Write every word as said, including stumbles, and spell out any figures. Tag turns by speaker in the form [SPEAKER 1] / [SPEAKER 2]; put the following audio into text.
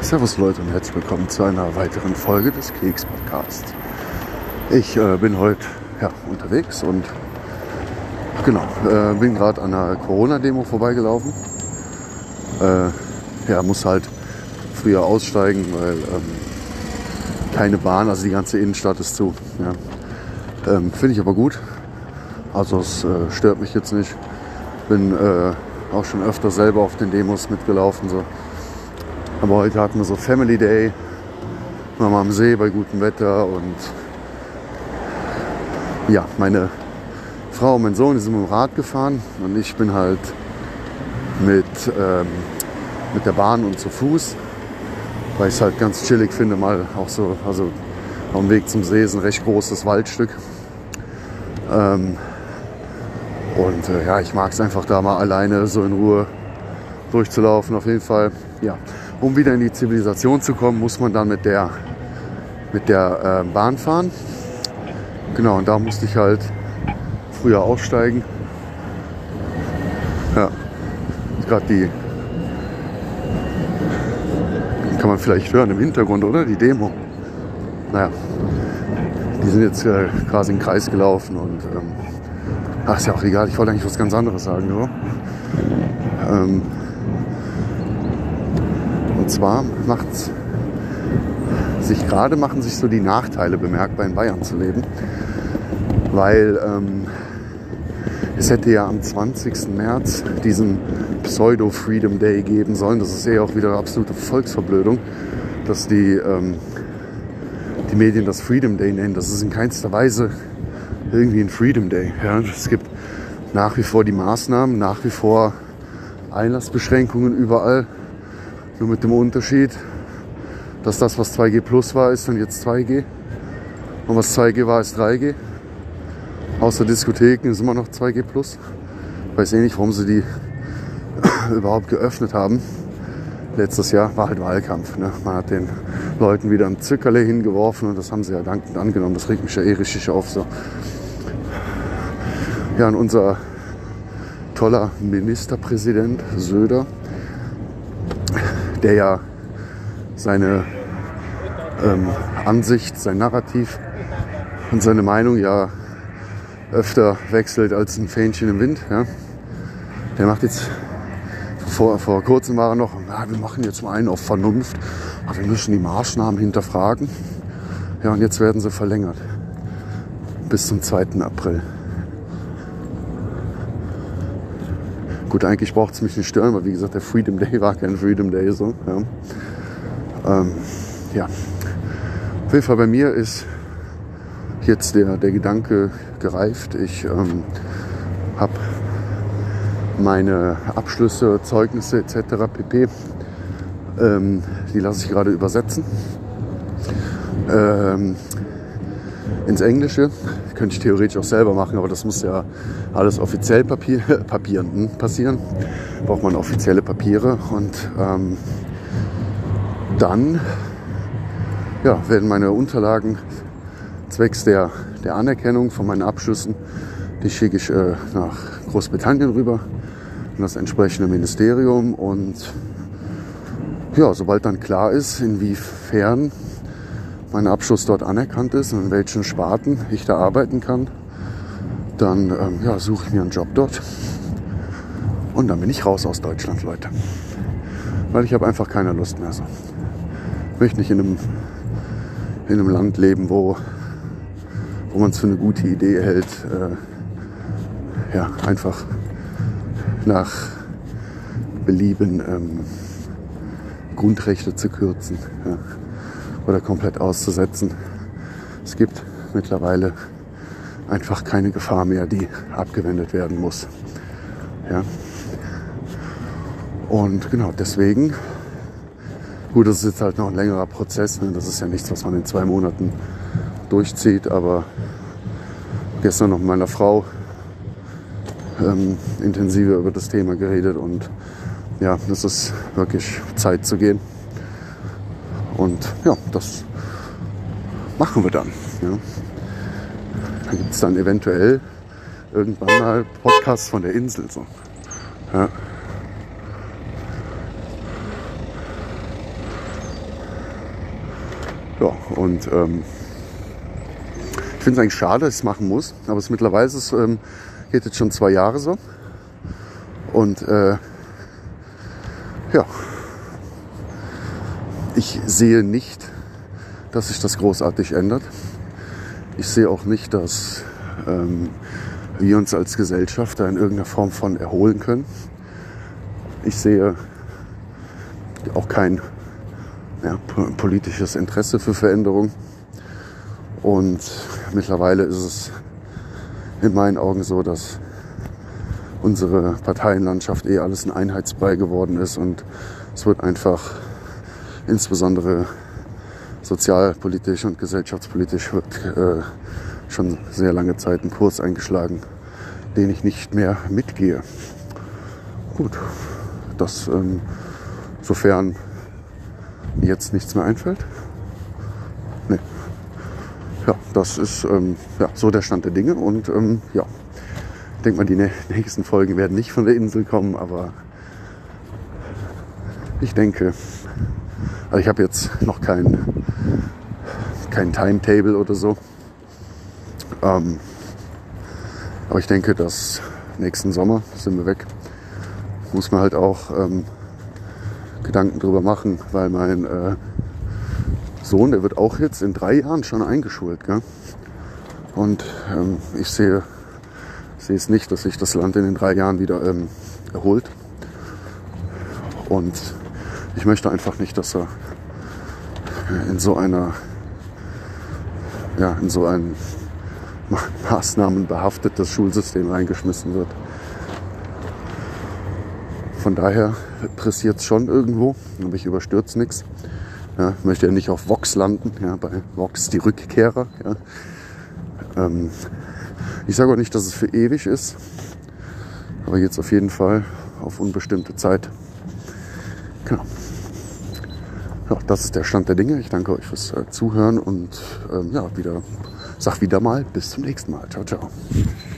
[SPEAKER 1] Servus Leute und herzlich willkommen zu einer weiteren Folge des Keks Podcasts. Ich äh, bin heute ja, unterwegs und genau, äh, bin gerade an einer Corona-Demo vorbeigelaufen. Äh, ja, muss halt früher aussteigen, weil ähm, keine Bahn, also die ganze Innenstadt ist zu. Ja. Ähm, Finde ich aber gut. Also es äh, stört mich jetzt nicht. Bin äh, auch schon öfter selber auf den Demos mitgelaufen. So. Aber heute hatten wir so Family Day. Waren wir am See bei gutem Wetter und ja, meine Frau und mein Sohn die sind mit dem Rad gefahren und ich bin halt mit, ähm, mit der Bahn und zu Fuß, weil ich es halt ganz chillig finde, mal auch so, also auf dem Weg zum See ist ein recht großes Waldstück. Ähm, und äh, ja, ich mag es einfach da mal alleine so in Ruhe durchzulaufen. Auf jeden Fall, ja, um wieder in die Zivilisation zu kommen, muss man dann mit der, mit der äh, Bahn fahren. Genau, und da musste ich halt früher aussteigen. Ja, gerade die, kann man vielleicht hören im Hintergrund, oder? Die Demo. Naja, die sind jetzt äh, quasi im Kreis gelaufen und ähm, ach, ist ja auch egal, ich wollte eigentlich was ganz anderes sagen. Oder? Ähm, und zwar macht's sich gerade machen sich so die Nachteile bemerkbar, in Bayern zu leben, weil ähm, es hätte ja am zwanzigsten März diesen Pseudo-Freedom Day geben sollen. Das ist eher auch wieder eine absolute Volksverblödung, dass die, ähm, die Medien das Freedom Day nennen. Das ist in keinster Weise irgendwie ein Freedom Day. Ja? Es gibt nach wie vor die Maßnahmen, nach wie vor Einlassbeschränkungen überall, nur mit dem Unterschied, dass das, was zwei G plus war, ist dann jetzt zwei G. Und was zwei G war, ist drei G. Außer Diskotheken ist immer noch zwei G plus. Ich weiß eh nicht, warum sie die überhaupt geöffnet haben. Letztes Jahr war halt Wahlkampf. Ne? Man hat den Leuten wieder ein Zückerle hingeworfen und das haben sie ja dankend angenommen. Das regt mich ja eh richtig auf. So. Ja, und unser toller Ministerpräsident Söder, der ja seine ähm, Ansicht, sein Narrativ und seine Meinung ja öfter wechselt als ein Fähnchen im Wind. Ja. Der macht jetzt, vor, vor kurzem war er noch, ja, wir machen jetzt mal einen auf Vernunft, aber wir müssen die Maßnahmen hinterfragen. Ja, und jetzt werden sie verlängert bis zum zweiten April. Gut, eigentlich braucht es mich nicht stören, weil wie gesagt, der Freedom Day war kein Freedom Day. So, ja. Ähm, ja. Auf jeden Fall bei mir ist jetzt der, der Gedanke gereift. Ich ähm, habe meine Abschlüsse, Zeugnisse et cetera pp. Ähm, die lasse ich gerade übersetzen ähm, ins Englische. Könnte ich theoretisch auch selber machen, aber das muss ja alles offiziell Papier, Papieren passieren. Braucht man offizielle Papiere und ähm, dann ja, werden meine Unterlagen zwecks der, der Anerkennung von meinen Abschlüssen, die schicke ich äh, nach Großbritannien rüber, in das entsprechende Ministerium. Und ja, sobald dann klar ist, inwiefern mein Abschluss dort anerkannt ist und in welchen Sparten ich da arbeiten kann, dann ähm, ja, suche ich mir einen Job dort. Und dann bin ich raus aus Deutschland, Leute. Weil ich habe einfach keine Lust mehr so. Ich möchte nicht in einem, in einem Land leben, wo, wo man es für eine gute Idee hält, äh, ja, einfach nach Belieben ähm, Grundrechte zu kürzen, ja, oder komplett auszusetzen. Es gibt mittlerweile einfach keine Gefahr mehr, die abgewendet werden muss. Ja. Und genau deswegen, gut, das ist jetzt halt noch ein längerer Prozess, ne? Das ist ja nichts, was man in zwei Monaten durchzieht, aber gestern noch mit meiner Frau ähm, intensiver über das Thema geredet und ja, es ist wirklich Zeit zu gehen. Und ja, das machen wir dann. Ja. Da gibt es dann eventuell irgendwann mal Podcasts von der Insel. So. Ja. Ja, und ähm, ich finde es eigentlich schade, dass ich es machen muss, aber es mittlerweile ist, ähm, geht jetzt schon zwei Jahre so. Und äh, ja, ich sehe nicht, dass sich das großartig ändert. Ich sehe auch nicht, dass ähm, wir uns als Gesellschaft da in irgendeiner Form von erholen können. Ich sehe auch kein ja, politisches Interesse für Veränderung. Und mittlerweile ist es in meinen Augen so, dass unsere Parteienlandschaft eh alles ein Einheitsbrei geworden ist und es wird einfach insbesondere sozialpolitisch und gesellschaftspolitisch wird äh, schon sehr lange Zeit ein Kurs eingeschlagen, den ich nicht mehr mitgehe. Gut, das ähm, sofern mir jetzt nichts mehr einfällt. Nee. Ja, das ist ähm, ja, so der Stand der Dinge und ähm, ja, ich denke mal, die nächsten Folgen werden nicht von der Insel kommen, aber ich denke, also ich habe jetzt noch kein, kein Timetable oder so, ähm, aber ich denke, dass nächsten Sommer sind wir weg, muss man halt auch ähm, Gedanken drüber machen, weil mein äh, Sohn, der wird auch jetzt in drei Jahren schon eingeschult, gell? Und ähm, ich sehe, sehe es nicht, dass sich das Land in den drei Jahren wieder ähm, erholt. Und ich möchte einfach nicht, dass er in so einer, ja, in so ein maßnahmenbehaftetes Schulsystem eingeschmissen wird. Von daher pressiert es schon irgendwo, aber ich überstürze nichts. Ja, ich möchte ja nicht auf Vox landen, ja, bei Vox die Rückkehrer. Ja. Ähm, ich sage auch nicht, dass es für ewig ist, aber jetzt auf jeden Fall auf unbestimmte Zeit. Genau. Ja, das ist der Stand der Dinge. Ich danke euch fürs äh, Zuhören und ähm, ja, wieder, sag wieder mal, bis zum nächsten Mal. Ciao, ciao.